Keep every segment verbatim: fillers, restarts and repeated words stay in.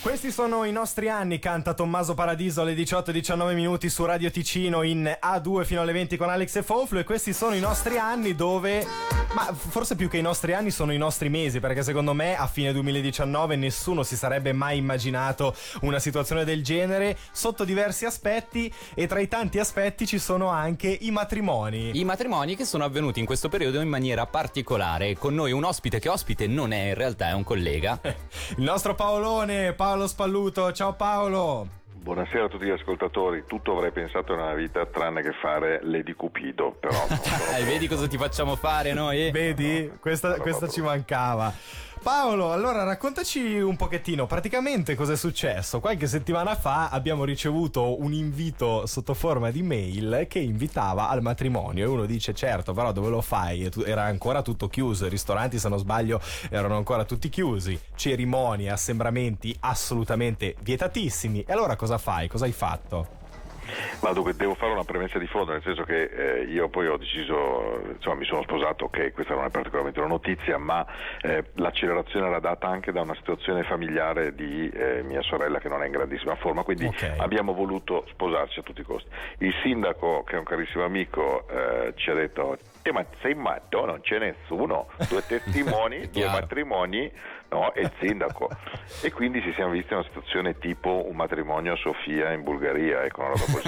Questi sono i nostri anni, canta Tommaso Paradiso alle diciotto e diciannove minuti su Radio Ticino in A due fino alle venti con Alex e Fonflo. E questi sono i nostri anni dove, ma forse più che i nostri anni sono i nostri mesi, perché secondo me a fine duemiladiciannove nessuno si sarebbe mai immaginato una situazione del genere sotto diversi aspetti, e tra i tanti aspetti ci sono anche i matrimoni. I matrimoni che sono avvenuti in questo periodo in maniera particolare. Con noi un ospite che ospite non è, in realtà è un collega. Il nostro Paolone, Paolo Spalluto. Ciao Paolo. Buonasera a tutti gli ascoltatori. Tutto avrei pensato nella vita tranne che fare Lady Cupido, però eh, vedi cosa ti facciamo fare noi? Vedi? Questa, questa ci mancava. Paolo, allora raccontaci un pochettino praticamente cosa è successo. Qualche settimana fa abbiamo ricevuto un invito sotto forma di mail che invitava al matrimonio, e uno dice certo, però dove lo fai? Era ancora tutto chiuso, i ristoranti, se non sbaglio, erano ancora tutti chiusi, cerimonie, assembramenti assolutamente vietatissimi. E allora cosa fai? Cosa hai fatto? Ma dunque devo fare una premessa di fondo, nel senso che eh, io poi ho deciso, insomma mi sono sposato, ok, questa non è particolarmente una notizia, ma eh, l'accelerazione era data anche da una situazione familiare di eh, mia sorella che non è in grandissima forma, quindi okay. Abbiamo voluto sposarci a tutti i costi. Il sindaco, che è un carissimo amico, eh, ci ha detto: eh, ma sei matto, non c'è nessuno, due testimoni, due matrimoni, no, e il sindaco. E quindi ci siamo visti in una situazione tipo un matrimonio a Sofia in Bulgaria, ecco, una roba così.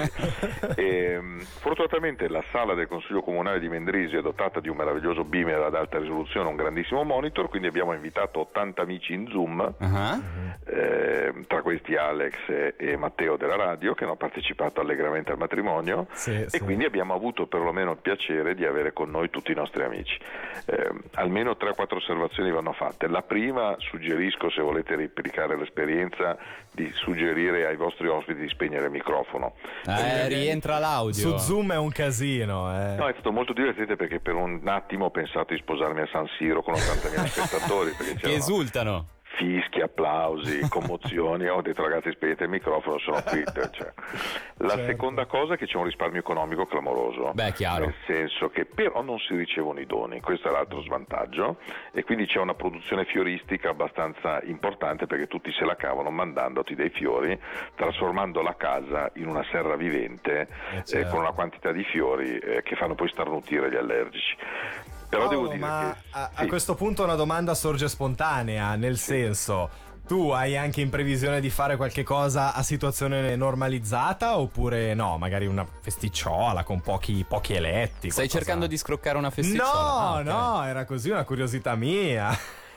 E, fortunatamente la sala del Consiglio Comunale di Mendrisio è dotata di un meraviglioso beamer ad alta risoluzione, un grandissimo monitor, quindi abbiamo invitato ottanta amici in Zoom, uh-huh. eh, tra questi Alex e, e Matteo della radio, che hanno partecipato allegramente al matrimonio, sì, e sì. Quindi abbiamo avuto perlomeno il piacere di avere con noi tutti i nostri amici. Eh, almeno tre o quattro osservazioni vanno fatte. La prima, suggerisco, se volete replicare l'esperienza, di suggerire ai vostri ospiti di spegnere il microfono. Eh, rientra l'audio. Su Zoom è un casino. Eh. No, è stato molto divertente perché per un attimo ho pensato di sposarmi a San Siro con ottantamila spettatori. Perché che esultano. Fischi, applausi, commozioni. Ho detto: ragazzi, spegnete il microfono, sono qui. Cioè. La certo. Seconda cosa è che c'è un risparmio economico clamoroso. Beh, chiaro. Nel senso che però non si ricevono i doni, questo è l'altro svantaggio, e quindi c'è una produzione fioristica abbastanza importante, perché tutti se la cavano mandandoti dei fiori, trasformando la casa in una serra vivente, eh, certo. eh, con una quantità di fiori eh, che fanno poi starnutire gli allergici. Però Paolo, devo dire ma che, a, sì. a questo punto una domanda sorge spontanea, nel sì. senso, tu hai anche in previsione di fare qualche cosa a situazione normalizzata, oppure no, magari una festicciola con pochi, pochi eletti? Stai qualcosa... cercando di scroccare una festicciola? No, ah, okay. no, era così una curiosità mia.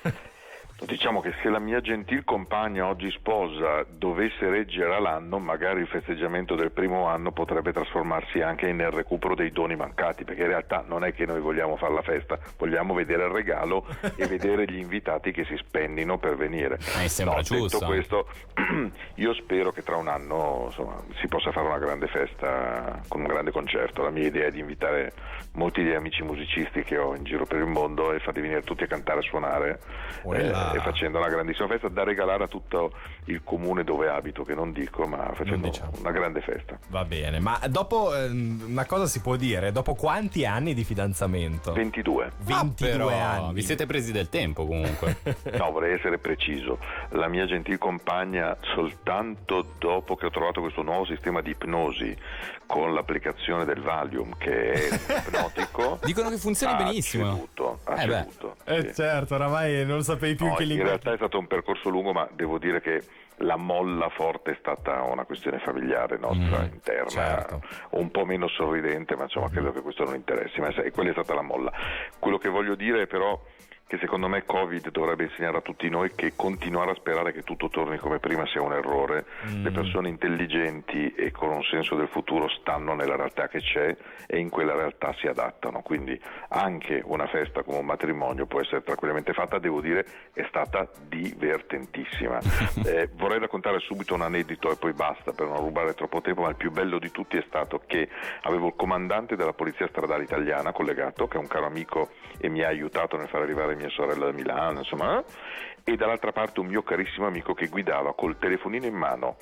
Diciamo che se la mia gentil compagna, oggi sposa, dovesse reggere all'anno, magari il festeggiamento del primo anno potrebbe trasformarsi anche nel recupero dei doni mancati, perché in realtà non è che noi vogliamo fare la festa, vogliamo vedere il regalo e vedere gli invitati che si spendino per venire. Mi sembra no, giusto. Detto questo, io spero che tra un anno, insomma, si possa fare una grande festa con un grande concerto. La mia idea è di invitare molti degli amici musicisti che ho in giro per il mondo e farli venire tutti a cantare e suonare. Eh, e facendo una grandissima festa da regalare a tutto il comune dove abito, che non dico, ma facendo diciamo. Una grande festa. Va bene, ma dopo una cosa si può dire, dopo quanti anni di fidanzamento? ventidue. ventidue ah, anni. Vi siete presi del tempo comunque. No, vorrei essere preciso. La mia gentil compagna, soltanto dopo che ho trovato questo nuovo sistema di ipnosi con l'applicazione del Valium, che è ipnotico, dicono che funzioni ha benissimo. Ceduto, ha eh ceduto, beh. sì. Eh certo, oramai non sapevi più no, che in lingua. In realtà è stato un percorso lungo, ma devo dire che la molla forte è stata una questione familiare nostra, mm, interna, certo. Un po' meno sorridente, ma insomma credo che questo non interessi, ma e quella è stata la molla. Quello che voglio dire però che secondo me Covid dovrebbe insegnare a tutti noi che continuare a sperare che tutto torni come prima sia un errore. Mm. Le persone intelligenti e con un senso del futuro stanno nella realtà che c'è e in quella realtà si adattano, quindi anche una festa come un matrimonio può essere tranquillamente fatta. Devo dire è stata divertentissima. eh, vorrei raccontare subito un aneddoto e poi basta per non rubare troppo tempo, ma il più bello di tutti è stato che avevo il comandante della polizia stradale italiana collegato, che è un caro amico e mi ha aiutato nel far arrivare mia sorella da Milano, insomma, e dall'altra parte un mio carissimo amico che guidava col telefonino in mano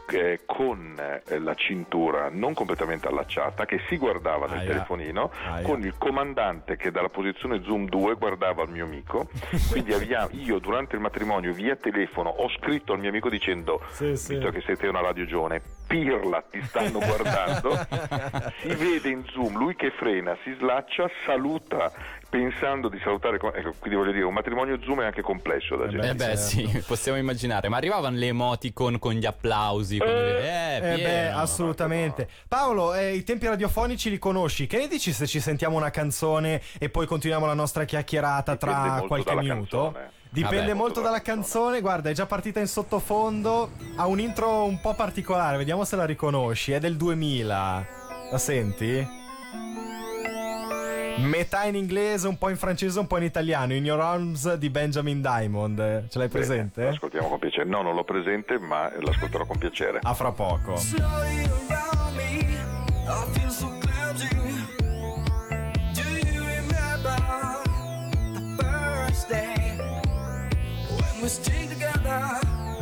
eh, con eh, la cintura non completamente allacciata, che si guardava nel Aia. telefonino, Aia. con il comandante che dalla posizione zoom due guardava il mio amico. Quindi avvia- io durante il matrimonio via telefono ho scritto al mio amico dicendo, Sì, sì. visto che siete una radio giovane, pirla, ti stanno guardando. Si vede in zoom lui che frena, si slaccia, saluta pensando di salutare, ecco, quindi voglio dire, un matrimonio zoom è anche complesso da Eh gente. Eh beh, certo. sì, possiamo immaginare. Ma arrivavano le emoticon con gli applausi. Con Eh, eh, Eh beh, pieno. assolutamente. Paolo, eh, i tempi radiofonici li conosci. Che ne dici se ci sentiamo una canzone e poi continuiamo la nostra chiacchierata Dipende tra molto qualche dalla minuto? canzone. Dipende Vabbè, molto molto dalla dalla canzone. Guarda, è già partita in sottofondo. Ha un intro un po' particolare. Vediamo se la riconosci. È del duemila. La senti? Metà in inglese, un po' in francese, un po' in italiano. In Your Arms di Benjamin Diamond. Ce l'hai presente? Bene, l'ascoltiamo con piacere. No, non l'ho presente, ma l'ascolterò con piacere. A fra poco. Slowly around me, I feel so clumsy. Do you remember the first day when we stayed together?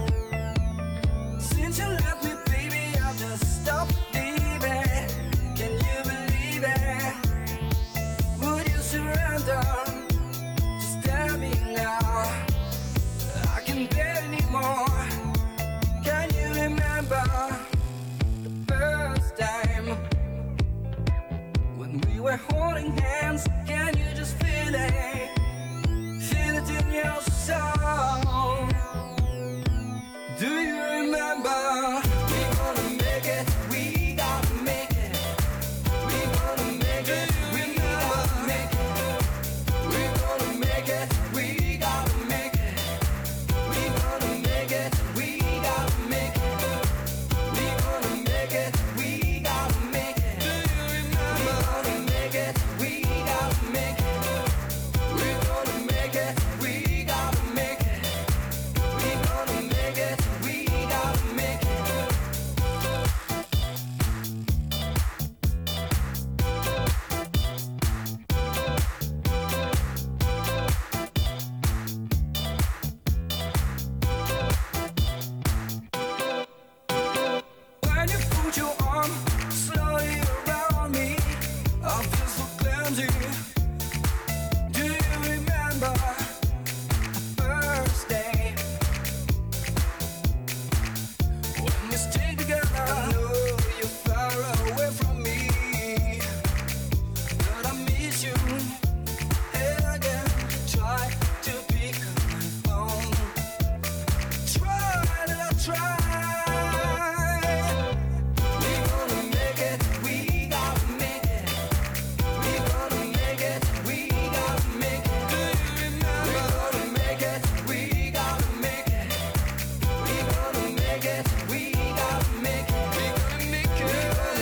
Since you left me, baby, I've just stopped believing. Can you believe it? Would you surrender? Just tell me now. I can't bear anymore. Can you remember the first time when we were holding hands? Can you just feel it? Feel it in your soul. Do you remember? We gonna make it. We gotta make it. We gonna make it. We gotta make it. We gonna make it. We gotta make it. We gonna make it. We gotta make it. We gonna make it. We gotta make it. Do you remember? We gonna make it. We gotta make it. We gonna make it. We gotta make it. We gonna make it. We gotta make it. When you put your arm slowly around me, I feel so clumsy. Do you remember the first day when we stayed together? I know you're far away from me, but I miss you. Again, try to pick up my phone. Try and I try. We gonna make it. We gotta make it. We gonna make it. We gotta make it. Do you remember? We gonna make it. We gotta make it. We gonna make it. We gotta make it. We gonna make it.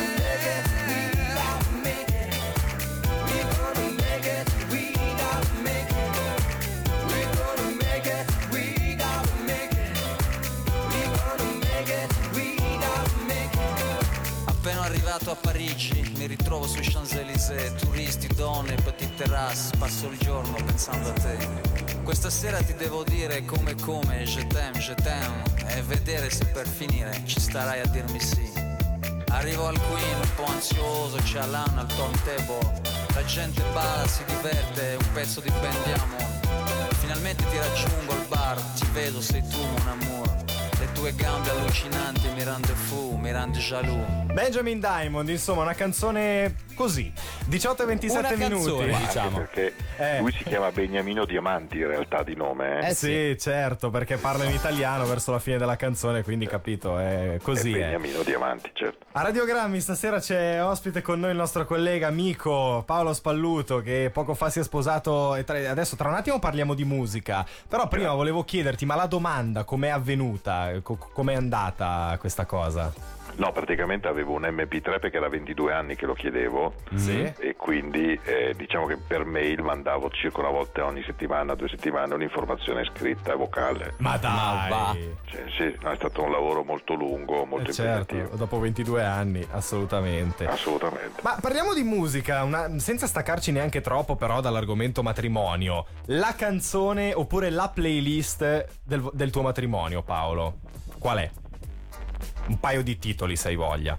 We gotta make it. We gonna make it. We gotta make it. We gonna make it. We gotta make it. We gonna make it. We gotta make it. Appena arrivato a Parigi mi ritrovo sui Champs-Élysées, turisti, donne, petit terrasse, passo il giorno pensando a te. Questa sera ti devo dire come come, je t'aime, je t'aime, e vedere se per finire ci starai a dirmi sì. Arrivo al Queen un po' ansioso, c'è Alan al turntable, la gente balla, si diverte, un pezzo di Ben Diamond. Finalmente ti raggiungo al bar, ti vedo, sei tu mon amour. Le tue gambe allucinanti mi rende fu, mi rende jaloux. Benjamin Diamond, insomma, una canzone così. diciotto e ventisette Una minuti. canzone, Anche diciamo. perché Eh. lui si chiama Beniamino Diamanti in realtà di nome, eh? Eh sì, certo, perché parla in italiano verso la fine della canzone, quindi capito, è così. È È. Beniamino Diamanti, certo. A Radiogrammi stasera c'è ospite con noi il nostro collega amico Paolo Spalluto, che poco fa si è sposato e tra- adesso tra un attimo parliamo di musica. Però prima volevo chiederti, ma la domanda com'è avvenuta? Co- com'è andata questa cosa? No, praticamente avevo un emme pi tre perché era ventidue anni che lo chiedevo. Sì. E quindi eh, diciamo che per mail mandavo circa una volta ogni settimana, due settimane, un'informazione scritta e vocale. Ma dai! Ma va. Cioè, sì, no, è stato un lavoro molto lungo, molto Eh certo, impegnativo. dopo ventidue anni, assolutamente. Assolutamente. Ma parliamo di musica, una- senza staccarci neanche troppo però dall'argomento matrimonio. La canzone oppure la playlist del, del tuo matrimonio, Paolo, qual è? un paio di titoli se hai voglia.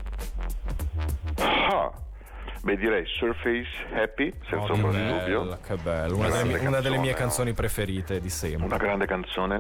Ah, beh, direi Surface Happy, senza Oh, che ombra di bello, dubbio. che bello, una, Una delle, grande una delle mie canzone, canzoni no? preferite di sempre. Una grande canzone.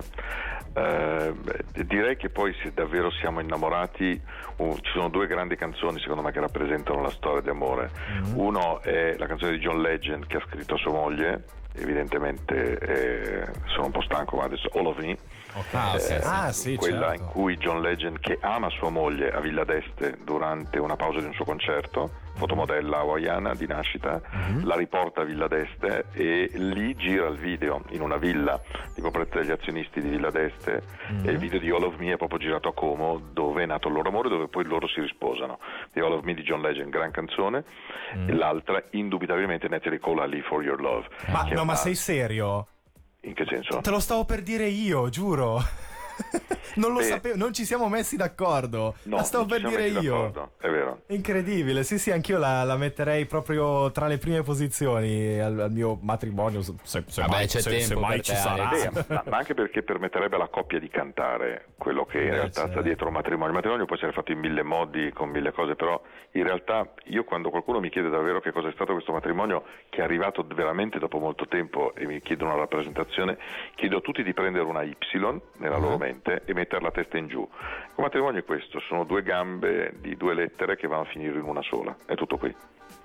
Eh, beh, direi che poi se davvero siamo innamorati, uh, ci sono due grandi canzoni secondo me che rappresentano la storia di amore. Mm-hmm. Uno è la canzone di John Legend che ha scritto a sua moglie, evidentemente eh, sono un po' stanco ma adesso All of Me. Ah, Eh, sì, ah, sì, quella certo. in cui John Legend, che ama sua moglie a Villa d'Este durante una pausa di un suo concerto, fotomodella hawaiana di nascita, Mm-hmm. la riporta a Villa d'Este e lì gira il video in una villa di proprietà degli azionisti di Villa d'Este. Mm-hmm. E il video di All of Me è proprio girato a Como, dove è nato il loro amore, dove poi loro si risposano. Di All of Me di John Legend, gran canzone, Mm. e l'altra indubitabilmente Natalie Cole, Ali for Your Love. Ma che è no, ma una- sei serio? In che senso? Te lo stavo per dire io, giuro. Non lo Beh. sapevo, non ci siamo messi d'accordo. No, la stavo non ci per siamo dire messi io. d'accordo, è vero. Incredibile, sì, sì, anch'io la, la metterei proprio tra le prime posizioni al, al mio matrimonio. Se, se Vabbè, mai, c'è se, tempo se mai per ci te, sarà. Alex. Beh, ma, ma anche perché permetterebbe alla coppia di cantare quello che in Beh, realtà certo. sta dietro un matrimonio. Il matrimonio può essere fatto in mille modi, con mille cose, però in realtà io quando qualcuno mi chiede davvero che cosa è stato questo matrimonio, che è arrivato veramente dopo molto tempo e mi chiedono una rappresentazione, chiedo a tutti di prendere una Y nella loro mente e mettere la testa in giù. Il matrimonio è questo, sono due gambe di due lettere che vanno a finire in una sola, è tutto qui.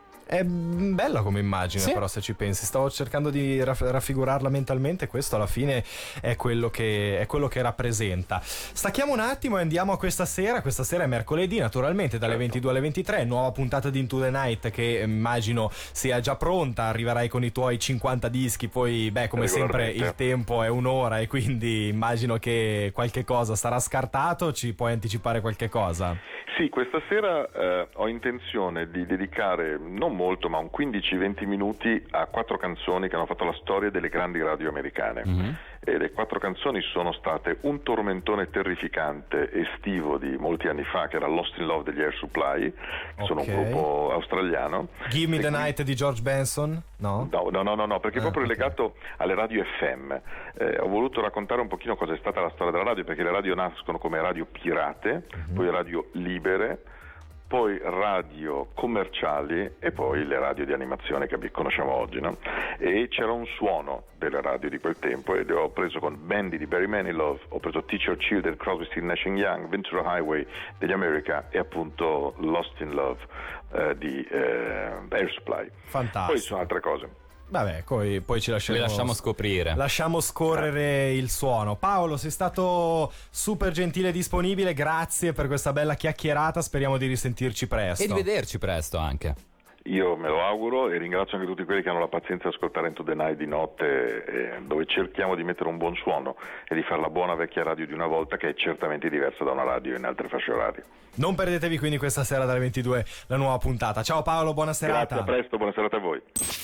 È bella come immagine, Sì. però, se ci pensi. Stavo cercando di raff- raffigurarla mentalmente. Questo alla fine è quello che, è quello che rappresenta. Stacchiamo un attimo e andiamo a questa sera. Questa sera è mercoledì, naturalmente, dalle Certo. ventidue alle ventitré. Nuova puntata di Into the Night che immagino sia già pronta. Arriverai con i tuoi cinquanta dischi. Poi, beh, come sempre, Regolarmente. il tempo è un'ora e quindi immagino che qualche cosa sarà scartato. Ci puoi anticipare qualche cosa? Sì, questa sera eh, ho intenzione di dedicare non molto, ma un quindici venti minuti a quattro canzoni che hanno fatto la storia delle grandi radio americane. Mm-hmm. E le quattro canzoni sono state un tormentone terrificante estivo di molti anni fa, che era Lost in Love degli Air Supply, che sono un Ok. gruppo australiano. Give Me E the qui- Night di George Benson? No? No, no, no, no, no, perché è Ah, proprio ok. legato alle radio F M. Eh, ho voluto raccontare un pochino cosa è stata la storia della radio, perché le radio nascono come radio pirate, poi radio libere, poi radio commerciali e poi le radio di animazione che abbi- conosciamo oggi, no? E c'era un suono delle radio di quel tempo ed ho preso con Bandy di Barry Manilow, ho preso Teacher Children, Crosby, Still Nash and Young, Ventura Highway degli America e appunto Lost in Love eh, di eh, Air Supply. Fantastico. Poi ci sono altre cose. Vabbè, poi, poi ci Le lasceremo, lasciamo scoprire. lasciamo scorrere il suono. Paolo, sei stato super gentile e disponibile. Grazie per questa bella chiacchierata. Speriamo di risentirci presto. E di vederci presto anche. Io me lo auguro e ringrazio anche tutti quelli che hanno la pazienza di ascoltare Into the Night di notte, eh, dove cerchiamo di mettere un buon suono e di fare la buona vecchia radio di una volta, che è certamente diversa da una radio in altre fasce orarie. Non perdetevi quindi questa sera dalle ventidue la nuova puntata. Ciao Paolo, buona serata. Grazie, a presto, buona serata a voi.